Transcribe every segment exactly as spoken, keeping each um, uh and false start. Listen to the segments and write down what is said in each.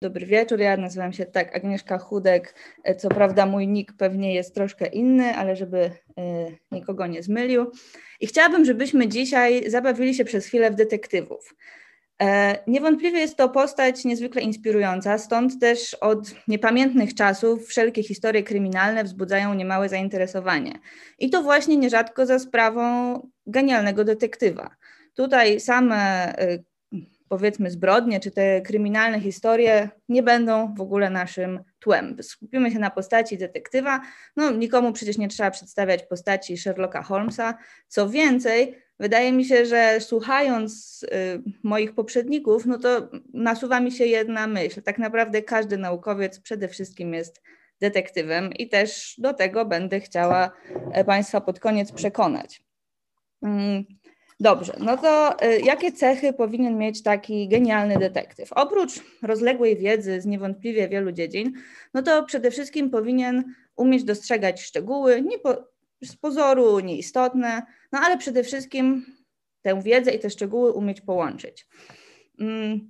Dobry wieczór, ja nazywam się tak Agnieszka Chudek. Co prawda mój nick pewnie jest troszkę inny, ale żeby nikogo nie zmylił. I chciałabym, żebyśmy dzisiaj zabawili się przez chwilę w detektywów. Niewątpliwie jest to postać niezwykle inspirująca, stąd też od niepamiętnych czasów wszelkie historie kryminalne wzbudzają niemałe zainteresowanie. I to właśnie nierzadko za sprawą genialnego detektywa. Tutaj same, powiedzmy, zbrodnie czy te kryminalne historie nie będą w ogóle naszym tłem. Skupimy się na postaci detektywa. No, nikomu przecież nie trzeba przedstawiać postaci Sherlocka Holmesa. Co więcej, wydaje mi się, że słuchając y, moich poprzedników, no to nasuwa mi się jedna myśl. Tak naprawdę każdy naukowiec przede wszystkim jest detektywem i też do tego będę chciała Państwa pod koniec przekonać. Mm. Dobrze, no to y, jakie cechy powinien mieć taki genialny detektyw? Oprócz rozległej wiedzy z niewątpliwie wielu dziedzin, no to przede wszystkim powinien umieć dostrzegać szczegóły, nie po, z pozoru nieistotne, no ale przede wszystkim tę wiedzę i te szczegóły umieć połączyć. Mm.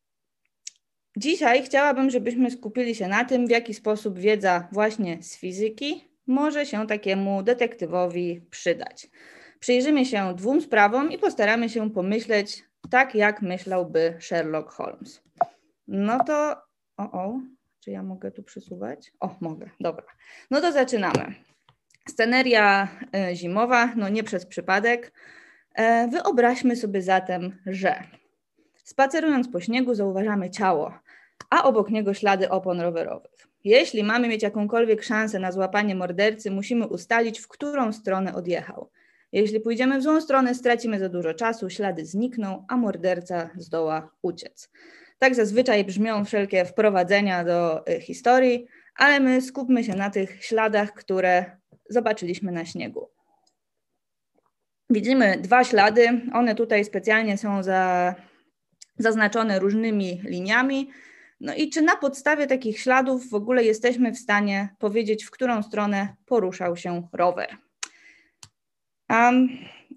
Dzisiaj chciałabym, żebyśmy skupili się na tym, w jaki sposób wiedza właśnie z fizyki może się takiemu detektywowi przydać. Przyjrzymy się dwóm sprawom i postaramy się pomyśleć tak, jak myślałby Sherlock Holmes. No to, o, o, czy ja mogę tu przesuwać? O, mogę, dobra. No to zaczynamy. Sceneria y, zimowa, no nie przez przypadek. E, wyobraźmy sobie zatem, że spacerując po śniegu zauważamy ciało, a obok niego ślady opon rowerowych. Jeśli mamy mieć jakąkolwiek szansę na złapanie mordercy, musimy ustalić, w którą stronę odjechał. Jeśli pójdziemy w złą stronę, stracimy za dużo czasu, ślady znikną, a morderca zdoła uciec. Tak zazwyczaj brzmią wszelkie wprowadzenia do y, historii, ale my skupmy się na tych śladach, które zobaczyliśmy na śniegu. Widzimy dwa ślady, one tutaj specjalnie są za, zaznaczone różnymi liniami. No i czy na podstawie takich śladów w ogóle jesteśmy w stanie powiedzieć, w którą stronę poruszał się rower? Um,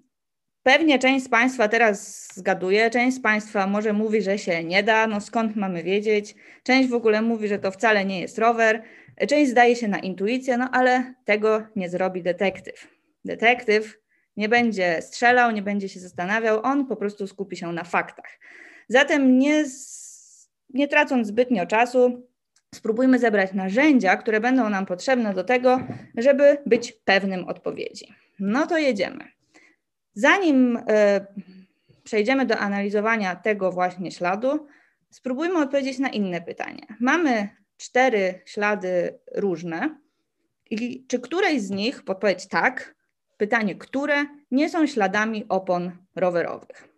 pewnie część z Państwa teraz zgaduje, część z Państwa może mówi, że się nie da, no skąd mamy wiedzieć, część w ogóle mówi, że to wcale nie jest rower, część zdaje się na intuicję, no ale tego nie zrobi detektyw. Detektyw nie będzie strzelał, nie będzie się zastanawiał, on po prostu skupi się na faktach. Zatem nie, nie tracąc zbytnio czasu, spróbujmy zebrać narzędzia, które będą nam potrzebne do tego, żeby być pewnym odpowiedzi. No to jedziemy. Zanim y, przejdziemy do analizowania tego właśnie śladu, spróbujmy odpowiedzieć na inne pytanie. Mamy cztery ślady różne i czy któreś z nich, podpowiedź tak, pytanie które, nie są śladami opon rowerowych?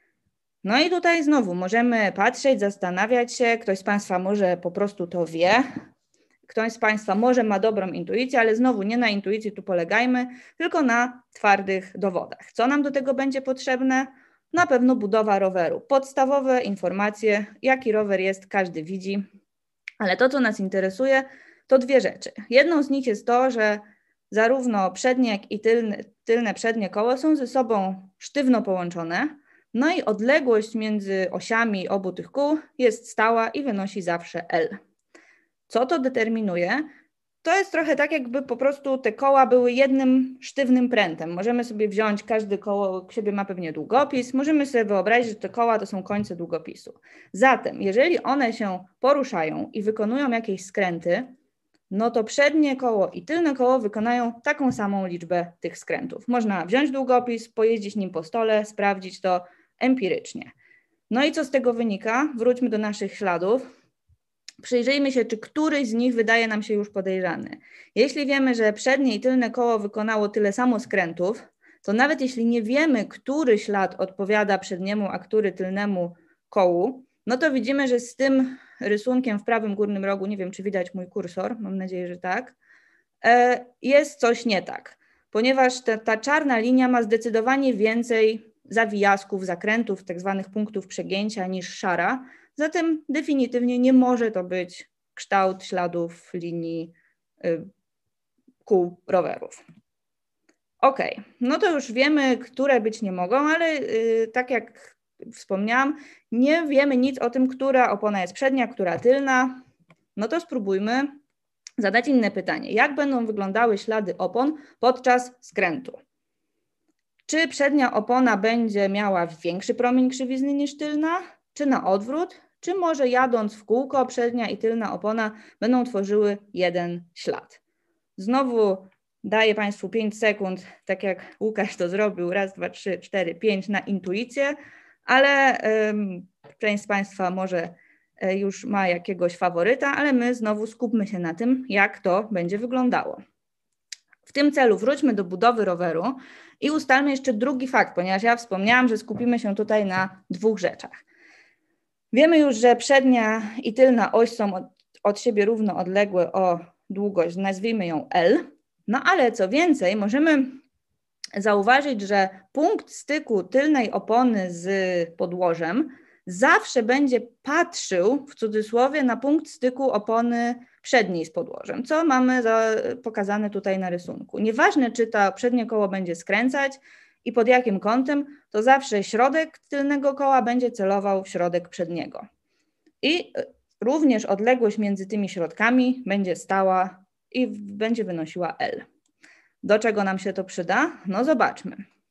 No i tutaj znowu możemy patrzeć, zastanawiać się, ktoś z Państwa może po prostu to wie, ktoś z Państwa może ma dobrą intuicję, ale znowu nie na intuicji tu polegajmy, tylko na twardych dowodach. Co nam do tego będzie potrzebne? Na pewno budowa roweru. Podstawowe informacje, jaki rower jest, każdy widzi, ale to, co nas interesuje, to dwie rzeczy. Jedną z nich jest to, że zarówno przednie, jak i tylne, tylne przednie koło są ze sobą sztywno połączone, no i odległość między osiami obu tych kół jest stała i wynosi zawsze L. Co to determinuje? To jest trochę tak, jakby po prostu te koła były jednym sztywnym prętem. Możemy sobie wziąć, każdy koło siebie ma pewnie długopis, możemy sobie wyobrazić, że te koła to są końce długopisu. Zatem, jeżeli one się poruszają i wykonują jakieś skręty, no to przednie koło i tylne koło wykonają taką samą liczbę tych skrętów. Można wziąć długopis, pojeździć nim po stole, sprawdzić to empirycznie. No i co z tego wynika? Wróćmy do naszych śladów. Przyjrzyjmy się, czy któryś z nich wydaje nam się już podejrzany. Jeśli wiemy, że przednie i tylne koło wykonało tyle samo skrętów, to nawet jeśli nie wiemy, który ślad odpowiada przedniemu, a który tylnemu kołu, no to widzimy, że z tym rysunkiem w prawym górnym rogu, nie wiem, czy widać mój kursor, mam nadzieję, że tak, jest coś nie tak, ponieważ ta, ta czarna linia ma zdecydowanie więcej zawijasków, zakrętów, tak zwanych punktów przegięcia niż szara, zatem definitywnie nie może to być kształt śladów linii y, kół rowerów. Ok, no to już wiemy, które być nie mogą, ale y, tak jak wspomniałam, nie wiemy nic o tym, która opona jest przednia, która tylna. No to spróbujmy zadać inne pytanie. Jak będą wyglądały ślady opon podczas skrętu? Czy przednia opona będzie miała większy promień krzywizny niż tylna, czy na odwrót? Czy może jadąc w kółko przednia i tylna opona będą tworzyły jeden ślad? Znowu daję Państwu pięć sekund, tak jak Łukasz to zrobił, raz, dwa, trzy, cztery, pięć na intuicję, ale um, część z Państwa może już ma jakiegoś faworyta, ale my znowu skupmy się na tym, jak to będzie wyglądało. W tym celu wróćmy do budowy roweru i ustalmy jeszcze drugi fakt, ponieważ ja wspomniałam, że skupimy się tutaj na dwóch rzeczach. Wiemy już, że przednia i tylna oś są od, od siebie równo odległe o długość, nazwijmy ją L, no ale co więcej, możemy zauważyć, że punkt styku tylnej opony z podłożem zawsze będzie patrzył, w cudzysłowie, na punkt styku opony przedniej z podłożem, co mamy za, pokazane tutaj na rysunku. Nieważne, czy to przednie koło będzie skręcać i pod jakim kątem, to zawsze środek tylnego koła będzie celował w środek przedniego. I również odległość między tymi środkami będzie stała i będzie wynosiła L. Do czego nam się to przyda? No zobaczmy.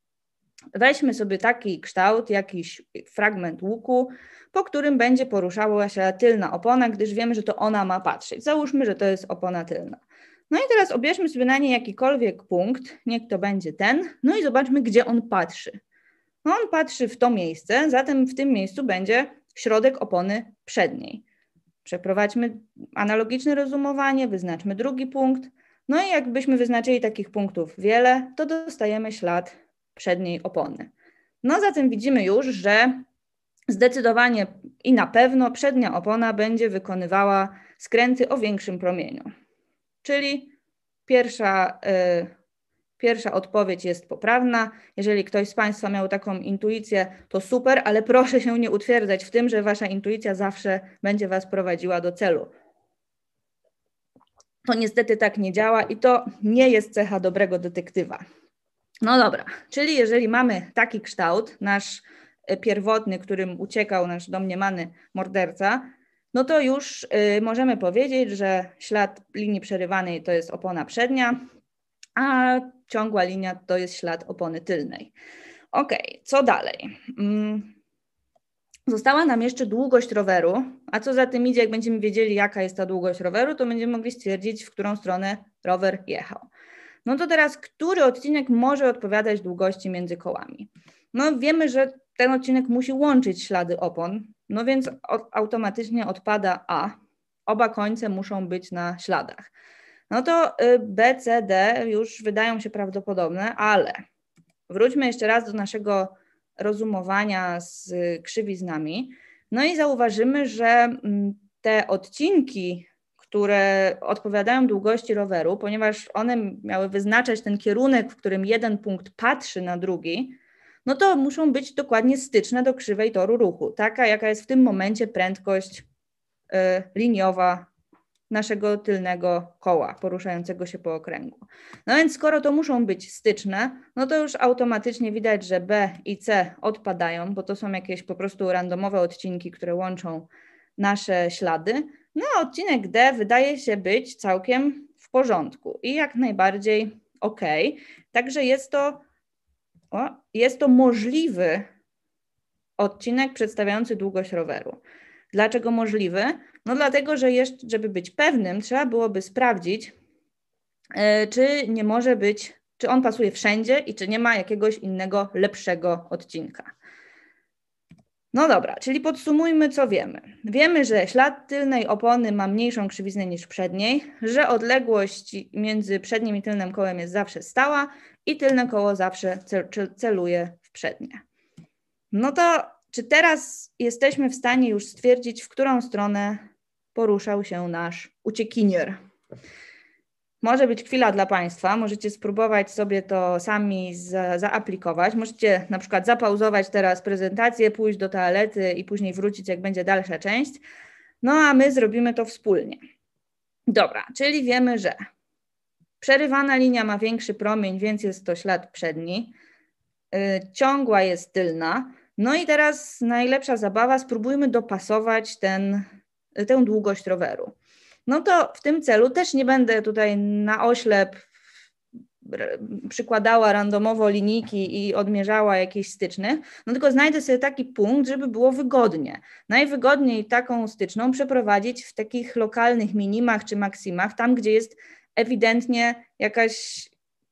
Weźmy sobie taki kształt, jakiś fragment łuku, po którym będzie poruszała się tylna opona, gdyż wiemy, że to ona ma patrzeć. Załóżmy, że to jest opona tylna. No i teraz obierzmy sobie na niej jakikolwiek punkt, niech to będzie ten, no i zobaczmy, gdzie on patrzy. No on patrzy w to miejsce, zatem w tym miejscu będzie środek opony przedniej. Przeprowadźmy analogiczne rozumowanie, wyznaczmy drugi punkt. No i jakbyśmy wyznaczyli takich punktów wiele, to dostajemy ślad przedniej opony. No zatem widzimy już, że zdecydowanie i na pewno przednia opona będzie wykonywała skręty o większym promieniu. Czyli pierwsza, y, pierwsza odpowiedź jest poprawna. Jeżeli ktoś z Państwa miał taką intuicję, to super, ale proszę się nie utwierdzać w tym, że Wasza intuicja zawsze będzie Was prowadziła do celu. To niestety tak nie działa i to nie jest cecha dobrego detektywa. No dobra, czyli jeżeli mamy taki kształt, nasz pierwotny, którym uciekał nasz domniemany morderca, no to już y, możemy powiedzieć, że ślad linii przerywanej to jest opona przednia, a ciągła linia to jest ślad opony tylnej. Ok, co dalej? Mm. Została nam jeszcze długość roweru, a co za tym idzie, jak będziemy wiedzieli, jaka jest ta długość roweru, to będziemy mogli stwierdzić, w którą stronę rower jechał. No to teraz, który odcinek może odpowiadać długości między kołami? No wiemy, że ten odcinek musi łączyć ślady opon, no więc automatycznie odpada A. Oba końce muszą być na śladach. No to B, C, D już wydają się prawdopodobne, ale wróćmy jeszcze raz do naszego rozumowania z krzywiznami. No i zauważymy, że te odcinki, które odpowiadają długości roweru, ponieważ one miały wyznaczać ten kierunek, w którym jeden punkt patrzy na drugi, no to muszą być dokładnie styczne do krzywej toru ruchu, taka jaka jest w tym momencie prędkość y, liniowa naszego tylnego koła poruszającego się po okręgu. No więc skoro to muszą być styczne, no to już automatycznie widać, że B i C odpadają, bo to są jakieś po prostu randomowe odcinki, które łączą nasze ślady. No a odcinek D wydaje się być całkiem w porządku i jak najbardziej ok. Także jest to, o, jest to możliwy odcinek przedstawiający długość roweru. Dlaczego możliwy? No dlatego, że jeszcze, żeby być pewnym, trzeba byłoby sprawdzić, yy, czy nie może być, czy on pasuje wszędzie i czy nie ma jakiegoś innego, lepszego odcinka. No dobra, czyli podsumujmy, co wiemy. Wiemy, że ślad tylnej opony ma mniejszą krzywiznę niż przedniej, że odległość między przednim i tylnym kołem jest zawsze stała i tylne koło zawsze celuje w przednie. No to czy teraz jesteśmy w stanie już stwierdzić, w którą stronę poruszał się nasz uciekinier? Może być chwila dla Państwa, możecie spróbować sobie to sami za, zaaplikować. Możecie na przykład zapauzować teraz prezentację, pójść do toalety i później wrócić, jak będzie dalsza część. No a my zrobimy to wspólnie. Dobra, czyli wiemy, że przerywana linia ma większy promień, więc jest to ślad przedni. Yy, ciągła jest tylna. No i teraz najlepsza zabawa, spróbujmy dopasować ten, tę długość roweru. No to w tym celu też nie będę tutaj na oślep przykładała randomowo linijki i odmierzała jakieś styczne, no tylko znajdę sobie taki punkt, żeby było wygodnie. Najwygodniej taką styczną przeprowadzić w takich lokalnych minimach czy maksimach, tam gdzie jest ewidentnie jakaś,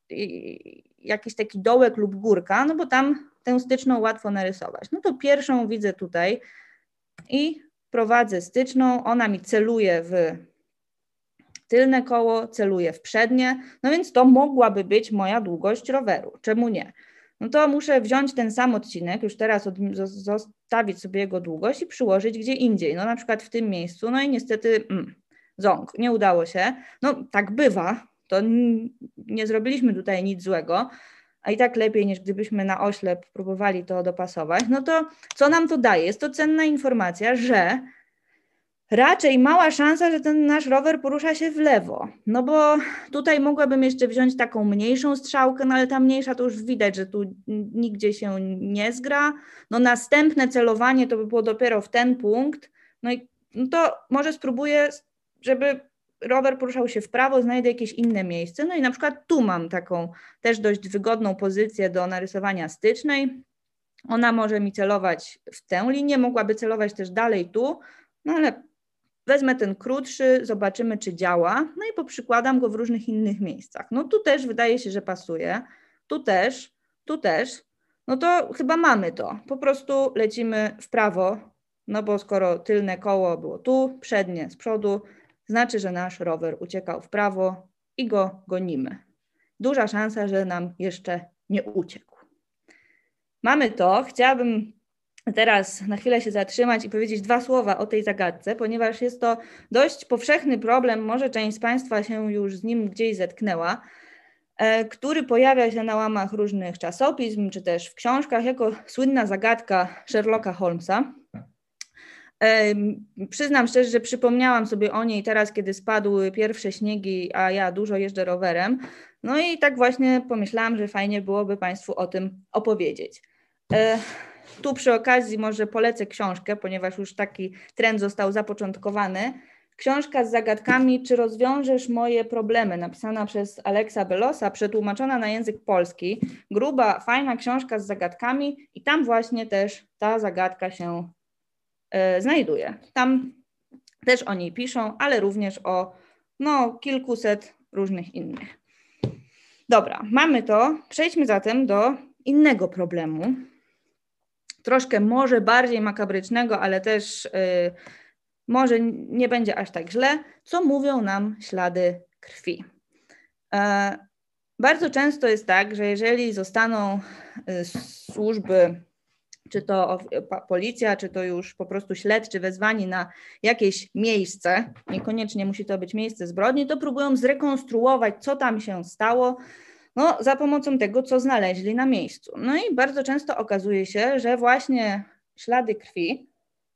jakiś taki dołek lub górka, no bo tam tę styczną łatwo narysować. No to pierwszą widzę tutaj i prowadzę styczną, ona mi celuje w tylne koło, celuje w przednie, no więc to mogłaby być moja długość roweru. Czemu nie? No to muszę wziąć ten sam odcinek, już teraz od, zostawić sobie jego długość i przyłożyć gdzie indziej, no na przykład w tym miejscu, no i niestety mm, ząg, nie udało się. No tak bywa, to nie zrobiliśmy tutaj nic złego, a i tak lepiej niż gdybyśmy na oślep próbowali to dopasować. No to co nam to daje? Jest to cenna informacja, że raczej mała szansa, że ten nasz rower porusza się w lewo, no bo tutaj mogłabym jeszcze wziąć taką mniejszą strzałkę, no ale ta mniejsza to już widać, że tu nigdzie się nie zgra. No następne celowanie to by było dopiero w ten punkt, no i no to może spróbuję, żeby rower poruszał się w prawo, znajdę jakieś inne miejsce, no i na przykład tu mam taką też dość wygodną pozycję do narysowania stycznej. Ona może mi celować w tę linię, mogłaby celować też dalej tu, no ale wezmę ten krótszy, zobaczymy, czy działa, no i poprzykładam go w różnych innych miejscach. No tu też wydaje się, że pasuje, tu też, tu też, no to chyba mamy to. Po prostu lecimy w prawo, no bo skoro tylne koło było tu, przednie z przodu, znaczy, że nasz rower uciekał w prawo i go gonimy. Duża szansa, że nam jeszcze nie uciekł. Mamy to. Chciałabym teraz na chwilę się zatrzymać i powiedzieć dwa słowa o tej zagadce, ponieważ jest to dość powszechny problem, może część z Państwa się już z nim gdzieś zetknęła, który pojawia się na łamach różnych czasopism, czy też w książkach, jako słynna zagadka Sherlocka Holmesa. Przyznam szczerze, że przypomniałam sobie o niej teraz, kiedy spadły pierwsze śniegi, a ja dużo jeżdżę rowerem. No i tak właśnie pomyślałam, że fajnie byłoby Państwu o tym opowiedzieć. Tu przy okazji może polecę książkę, ponieważ już taki trend został zapoczątkowany. Książka z zagadkami Czy rozwiążesz moje problemy? Napisana przez Alexa Belosa, przetłumaczona na język polski. Gruba, fajna książka z zagadkami i tam właśnie też ta zagadka się y, znajduje. Tam też o niej piszą, ale również o no, kilkuset różnych innych. Dobra, mamy to. Przejdźmy zatem do innego problemu. Troszkę może bardziej makabrycznego, ale też y, może nie będzie aż tak źle, co mówią nam ślady krwi. E, bardzo często jest tak, że jeżeli zostaną y, służby, czy to policja, czy to już po prostu śledczy wezwani na jakieś miejsce, niekoniecznie musi to być miejsce zbrodni, to próbują zrekonstruować, co tam się stało, no, za pomocą tego, co znaleźli na miejscu. No i bardzo często okazuje się, że właśnie ślady krwi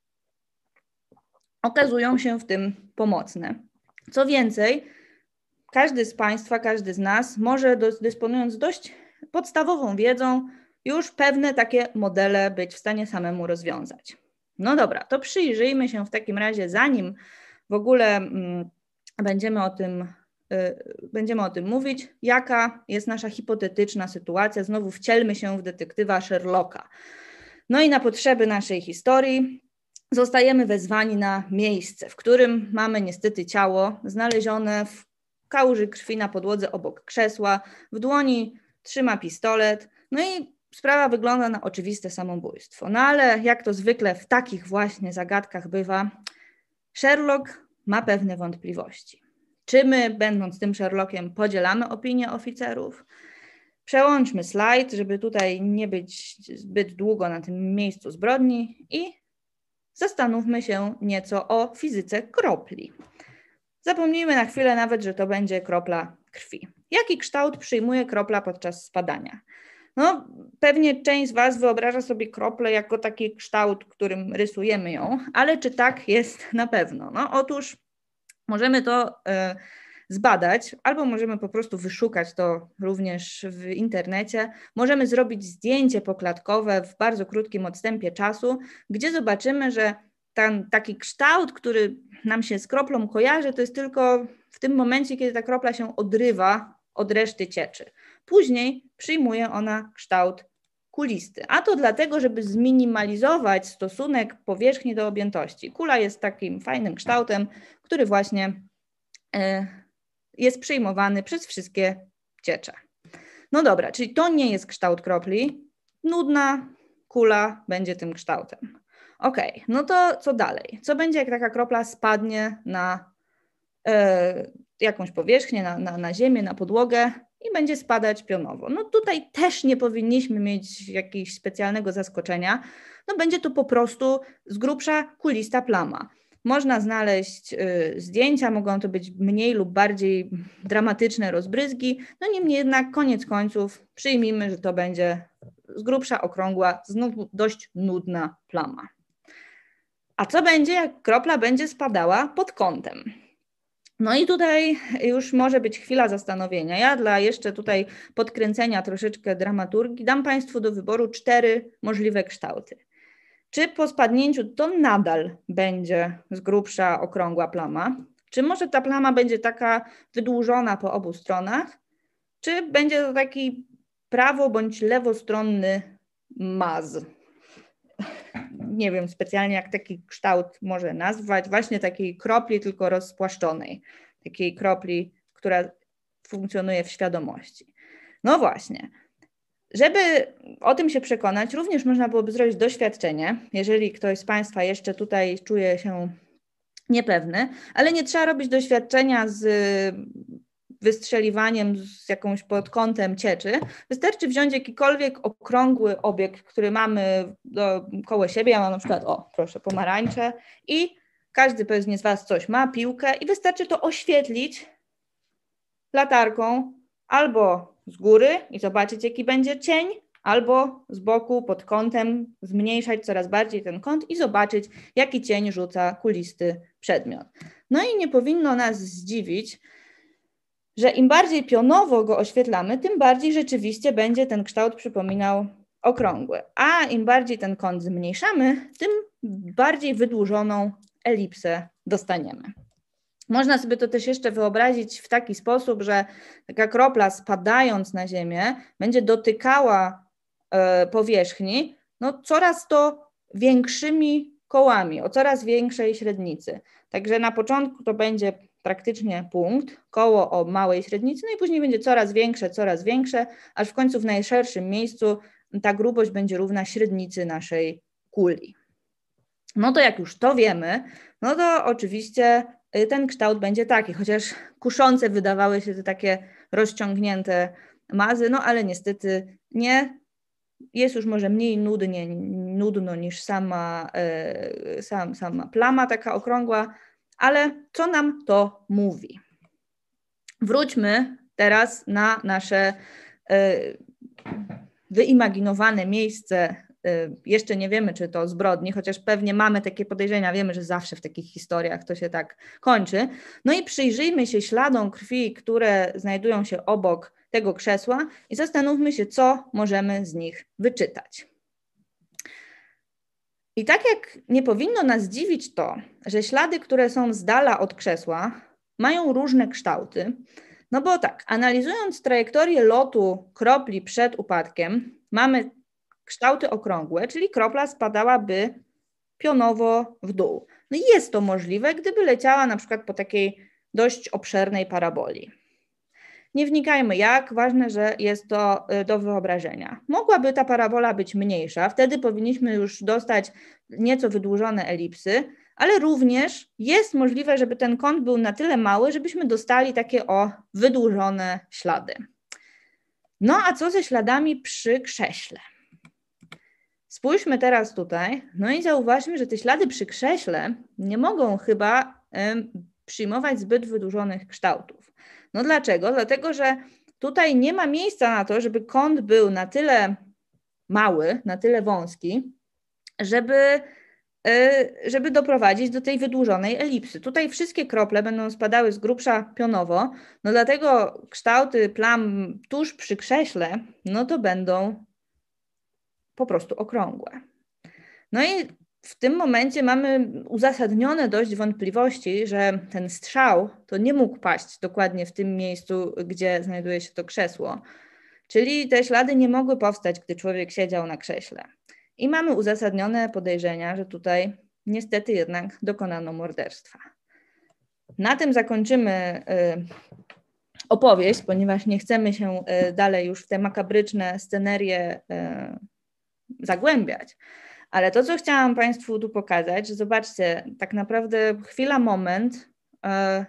okazują się w tym pomocne. Co więcej, każdy z Państwa, każdy z nas może, dysponując dość podstawową wiedzą, już pewne takie modele być w stanie samemu rozwiązać. No dobra, to przyjrzyjmy się w takim razie, zanim w ogóle mm, będziemy o tym Będziemy o tym mówić, jaka jest nasza hipotetyczna sytuacja. Znowu wcielmy się w detektywa Sherlocka. No i na potrzeby naszej historii zostajemy wezwani na miejsce, w którym mamy niestety ciało znalezione w kałuży krwi na podłodze obok krzesła. W dłoni trzyma pistolet. No i sprawa wygląda na oczywiste samobójstwo. No ale jak to zwykle w takich właśnie zagadkach bywa, Sherlock ma pewne wątpliwości. Czy my, będąc tym Sherlockiem, podzielamy opinię oficerów? Przełączmy slajd, żeby tutaj nie być zbyt długo na tym miejscu zbrodni i zastanówmy się nieco o fizyce kropli. Zapomnijmy na chwilę nawet, że to będzie kropla krwi. Jaki kształt przyjmuje kropla podczas spadania? No, pewnie część z Was wyobraża sobie kroplę jako taki kształt, którym rysujemy ją, ale czy tak jest na pewno? No, otóż możemy to y, zbadać, albo możemy po prostu wyszukać to również w internecie. Możemy zrobić zdjęcie poklatkowe w bardzo krótkim odstępie czasu, gdzie zobaczymy, że ten taki kształt, który nam się z kroplą kojarzy, to jest tylko w tym momencie, kiedy ta kropla się odrywa od reszty cieczy. Później przyjmuje ona kształt kulisty, a to dlatego, żeby zminimalizować stosunek powierzchni do objętości. Kula jest takim fajnym kształtem, który właśnie jest przyjmowany przez wszystkie ciecze. No dobra, czyli to nie jest kształt kropli, nudna kula będzie tym kształtem. Ok, no to co dalej? Co będzie, jak taka kropla spadnie na e, jakąś powierzchnię, na, na, na ziemię, na podłogę i będzie spadać pionowo? No tutaj też nie powinniśmy mieć jakiegoś specjalnego zaskoczenia. No będzie to po prostu z grubsza kulista plama. Można znaleźć y, zdjęcia, mogą to być mniej lub bardziej dramatyczne rozbryzgi, no niemniej jednak koniec końców przyjmijmy, że to będzie z grubsza okrągła, znów dość nudna plama. A co będzie, jak kropla będzie spadała pod kątem? No i tutaj już może być chwila zastanowienia. Ja dla jeszcze tutaj podkręcenia troszeczkę dramaturgii dam Państwu do wyboru cztery możliwe kształty. Czy po spadnięciu to nadal będzie z grubsza okrągła plama? Czy może ta plama będzie taka wydłużona po obu stronach? Czy będzie to taki prawo- bądź lewostronny maz? Nie wiem specjalnie, jak taki kształt może nazwać. Właśnie takiej kropli, tylko rozpłaszczonej. Takiej kropli, która funkcjonuje w świadomości. No właśnie. Żeby o tym się przekonać, również można byłoby zrobić doświadczenie, jeżeli ktoś z Państwa jeszcze tutaj czuje się niepewny, ale nie trzeba robić doświadczenia z wystrzeliwaniem z jakąś pod kątem cieczy. Wystarczy wziąć jakikolwiek okrągły obiekt, który mamy koło siebie. Ja mam na przykład, o proszę, pomarańcze i każdy pewnie z Was coś ma, piłkę i wystarczy to oświetlić latarką albo z góry i zobaczyć, jaki będzie cień, albo z boku pod kątem zmniejszać coraz bardziej ten kąt i zobaczyć, jaki cień rzuca kulisty przedmiot. No i nie powinno nas zdziwić, że im bardziej pionowo go oświetlamy, tym bardziej rzeczywiście będzie ten kształt przypominał okrągły. A im bardziej ten kąt zmniejszamy, tym bardziej wydłużoną elipsę dostaniemy. Można sobie to też jeszcze wyobrazić w taki sposób, że taka kropla spadając na ziemię będzie dotykała e, powierzchni no, coraz to większymi kołami, o coraz większej średnicy. Także na początku to będzie praktycznie punkt, koło o małej średnicy, no i później będzie coraz większe, coraz większe, aż w końcu w najszerszym miejscu ta grubość będzie równa średnicy naszej kuli. No to jak już to wiemy, no to oczywiście ten kształt będzie taki, chociaż kuszące wydawały się te takie rozciągnięte mazy, no ale niestety nie, jest już może mniej nudnie, nudno niż sama, e, sam, sama plama taka okrągła, ale co nam to mówi? Wróćmy teraz na nasze e, wyimaginowane miejsce. Jeszcze nie wiemy, czy to zbrodni, chociaż pewnie mamy takie podejrzenia, wiemy, że zawsze w takich historiach to się tak kończy. No i przyjrzyjmy się śladom krwi, które znajdują się obok tego krzesła i zastanówmy się, co możemy z nich wyczytać. I tak jak nie powinno nas dziwić to, że ślady, które są z dala od krzesła, mają różne kształty, no bo tak, analizując trajektorię lotu kropli przed upadkiem, mamy kształty okrągłe, czyli kropla spadałaby pionowo w dół. No i jest to możliwe, gdyby leciała na przykład po takiej dość obszernej paraboli. Nie wnikajmy jak, ważne, że jest to do wyobrażenia. Mogłaby ta parabola być mniejsza, wtedy powinniśmy już dostać nieco wydłużone elipsy, ale również jest możliwe, żeby ten kąt był na tyle mały, żebyśmy dostali takie o wydłużone ślady. No a co ze śladami przy krześle? Spójrzmy teraz tutaj, no i zauważmy, że te ślady przy krześle nie mogą chyba y, przyjmować zbyt wydłużonych kształtów. No dlaczego? Dlatego, że tutaj nie ma miejsca na to, żeby kąt był na tyle mały, na tyle wąski, żeby żeby doprowadzić do tej wydłużonej elipsy. Tutaj wszystkie krople będą spadały z grubsza pionowo, no dlatego kształty plam tuż przy krześle, no to będą po prostu okrągłe. No i w tym momencie mamy uzasadnione dość wątpliwości, że ten strzał to nie mógł paść dokładnie w tym miejscu, gdzie znajduje się to krzesło. Czyli te ślady nie mogły powstać, gdy człowiek siedział na krześle. I mamy uzasadnione podejrzenia, że tutaj niestety jednak dokonano morderstwa. Na tym zakończymy y, opowieść, ponieważ nie chcemy się y, dalej już w te makabryczne scenerie y, zagłębiać. Ale to, co chciałam Państwu tu pokazać, że zobaczcie, tak naprawdę chwila, moment, y,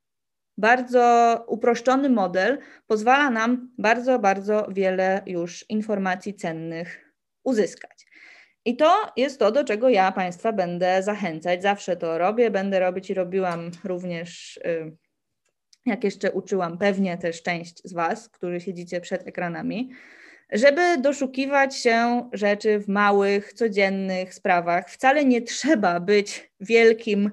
bardzo uproszczony model pozwala nam bardzo, bardzo wiele już informacji cennych uzyskać. I to jest to, do czego ja Państwa będę zachęcać. Zawsze to robię, będę robić i robiłam również, jak jeszcze uczyłam pewnie też część z Was, którzy siedzicie przed ekranami, żeby doszukiwać się rzeczy w małych, codziennych sprawach. Wcale nie trzeba być wielkim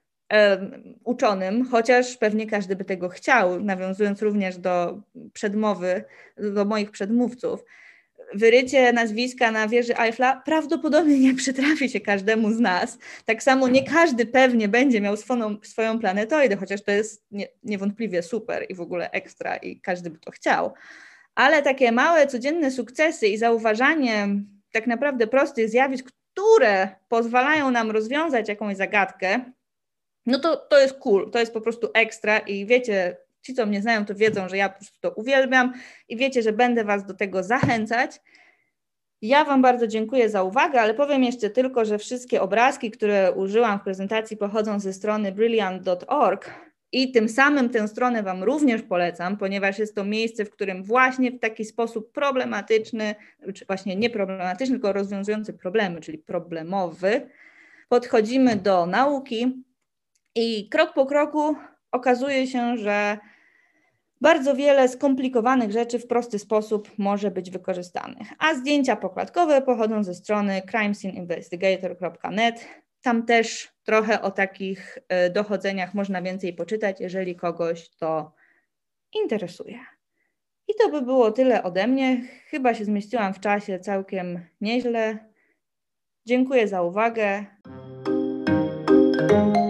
uczonym, chociaż pewnie każdy by tego chciał, nawiązując również do przedmowy, do moich przedmówców. Wyrycie nazwiska na wieży Eiffla prawdopodobnie nie przytrafi się każdemu z nas. Tak samo nie każdy pewnie będzie miał swoją, swoją planetoidę, chociaż to jest nie, niewątpliwie super i w ogóle ekstra i każdy by to chciał. Ale takie małe, codzienne sukcesy i zauważanie tak naprawdę prostych zjawisk, które pozwalają nam rozwiązać jakąś zagadkę, no to, to jest cool, to jest po prostu ekstra i wiecie, ci co mnie znają to wiedzą, że ja po prostu to uwielbiam i wiecie, że będę Was do tego zachęcać. Ja Wam bardzo dziękuję za uwagę, ale powiem jeszcze tylko, że wszystkie obrazki, które użyłam w prezentacji pochodzą ze strony brilliant kropka org i tym samym tę stronę Wam również polecam, ponieważ jest to miejsce, w którym właśnie w taki sposób problematyczny, czy właśnie nie problematyczny, tylko rozwiązujący problemy, czyli problemowy, podchodzimy do nauki. I krok po kroku okazuje się, że bardzo wiele skomplikowanych rzeczy w prosty sposób może być wykorzystanych. A zdjęcia pokładkowe pochodzą ze strony crime scene investigator kropka net. Tam też trochę o takich dochodzeniach można więcej poczytać, jeżeli kogoś to interesuje. I to by było tyle ode mnie. Chyba się zmieściłam w czasie całkiem nieźle. Dziękuję za uwagę.